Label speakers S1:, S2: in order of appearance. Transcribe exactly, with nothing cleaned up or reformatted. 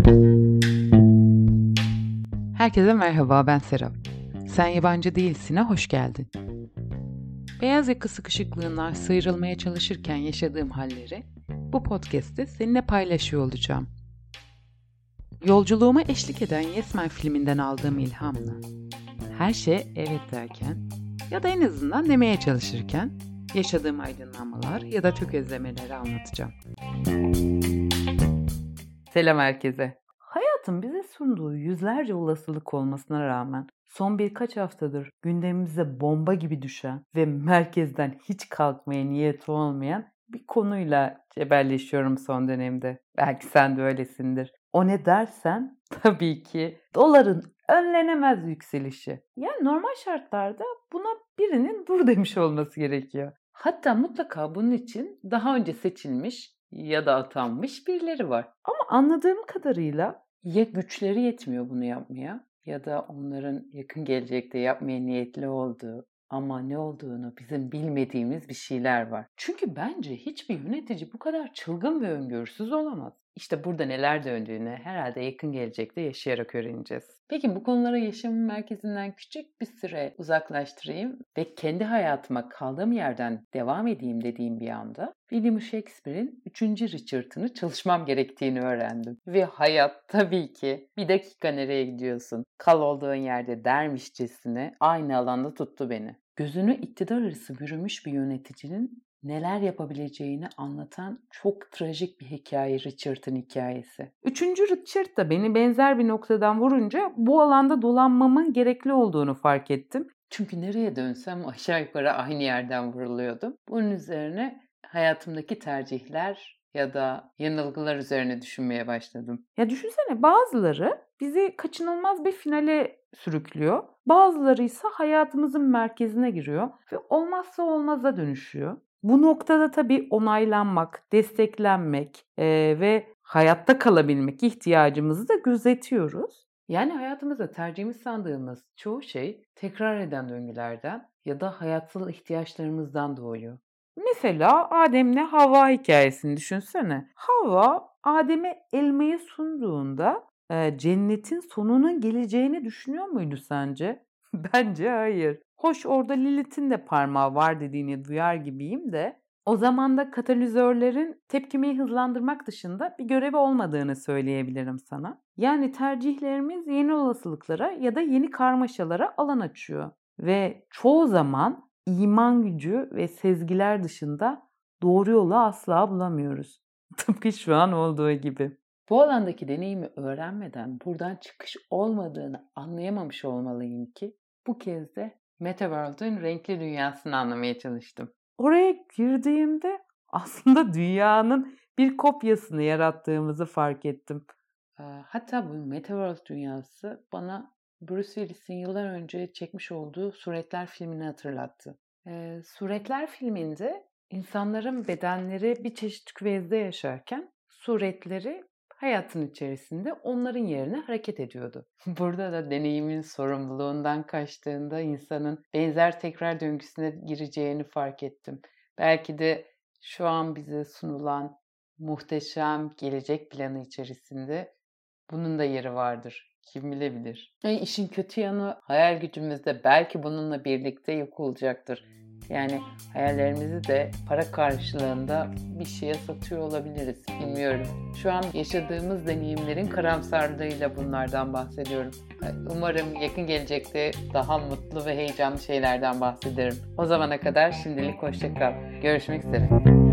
S1: Herkese merhaba, ben Serap. Sen Yabancı Değilsin'e hoş geldin. Beyaz yaka sıkışıklığından sıyrılmaya çalışırken yaşadığım halleri bu podcast'te seninle paylaşıyor olacağım. Yolculuğuma eşlik eden Yes Man filminden aldığım ilhamla her şeye evet derken ya da en azından demeye çalışırken yaşadığım aydınlanmalar ya da tökezlemeleri anlatacağım. Selam herkese. Hayatın bize sunduğu yüzlerce olasılık olmasına rağmen son birkaç haftadır gündemimize bomba gibi düşen ve merkezden hiç kalkmaya niyeti olmayan bir konuyla cebelleşiyorum son dönemde. Belki sen de öylesindir. O ne dersen tabii ki doların önlenemez yükselişi. Yani normal şartlarda buna birinin dur demiş olması gerekiyor. Hatta mutlaka bunun için daha önce seçilmiş ya da atanmış birileri var. Ama anladığım kadarıyla ya güçleri yetmiyor bunu yapmaya ya da onların yakın gelecekte yapmaya niyetli olduğu ama ne olduğunu bizim bilmediğimiz bir şeyler var. Çünkü bence hiçbir yönetici bu kadar çılgın ve öngörüsüz olamaz. İşte burada neler döndüğünü herhalde yakın gelecekte yaşayarak öğreneceğiz. Peki bu konulara yaşamın merkezinden küçük bir süre uzaklaştırayım ve kendi hayatıma kaldığım yerden devam edeyim dediğim bir anda William Shakespeare'in üçüncü Richard'ını çalışmam gerektiğini öğrendim. Ve hayat tabii ki bir dakika nereye gidiyorsun, kal olduğun yerde dermişçesine aynı alanda tuttu beni. Gözünü iktidar arası bürümüş bir yöneticinin neler yapabileceğini anlatan çok trajik bir hikaye Richard'ın hikayesi. Üçüncü Richard da beni benzer bir noktadan vurunca bu alanda dolanmamın gerekli olduğunu fark ettim. Çünkü nereye dönsem aşağı yukarı aynı yerden vuruluyordum. Bunun üzerine hayatımdaki tercihler ya da yanılgılar üzerine düşünmeye başladım. Ya düşünsene, bazıları bizi kaçınılmaz bir finale sürüklüyor. Bazıları ise hayatımızın merkezine giriyor ve olmazsa olmaza dönüşüyor. Bu noktada tabii onaylanmak, desteklenmek e, ve hayatta kalabilmek ihtiyacımızı da gözetiyoruz. Yani hayatımızda tercihimiz sandığımız çoğu şey tekrar eden döngülerden ya da hayatsal ihtiyaçlarımızdan doğuyor. Mesela Adem'le Havva hikayesini düşünsene. Havva Adem'e elmayı sunduğunda e, cennetin sonunun geleceğini düşünüyor muydu sence? Bence hayır. Hoş, orada Lilith'in de parmağı var dediğini duyar gibiyim de o zaman da katalizörlerin tepkimeyi hızlandırmak dışında bir görevi olmadığını söyleyebilirim sana. Yani tercihlerimiz yeni olasılıklara ya da yeni karmaşalara alan açıyor. Ve çoğu zaman iman gücü ve sezgiler dışında doğru yolu asla bulamıyoruz. Tıpkı şu an olduğu gibi. Bu alandaki deneyimi öğrenmeden buradan çıkış olmadığını anlayamamış olmalıyım ki bu kez de Metaworld'un renkli dünyasını anlamaya çalıştım. Oraya girdiğimde aslında dünyanın bir kopyasını yarattığımızı fark ettim. Hatta bu Metaworld dünyası bana Bruce Willis'in yıllar önce çekmiş olduğu Suretler filmini hatırlattı. Ee, Suretler filminde insanların bedenleri bir çeşit küvezde yaşarken suretleri hayatın içerisinde onların yerine hareket ediyordu. Burada da deneyimin sorumluluğundan kaçtığında insanın benzer tekrar döngüsüne gireceğini fark ettim. Belki de şu an bize sunulan muhteşem gelecek planı içerisinde bunun da yeri vardır. Kim bilebilir. Yani işin kötü yanı hayal gücümüzde belki bununla birlikte yok olacaktır. Yani hayallerimizi de para karşılığında bir şeye satıyor olabiliriz. Bilmiyorum. Şu an yaşadığımız deneyimlerin karamsarlığıyla bunlardan bahsediyorum. Umarım yakın gelecekte daha mutlu ve heyecanlı şeylerden bahsederim. O zamana kadar şimdilik hoşça kal. Görüşmek üzere.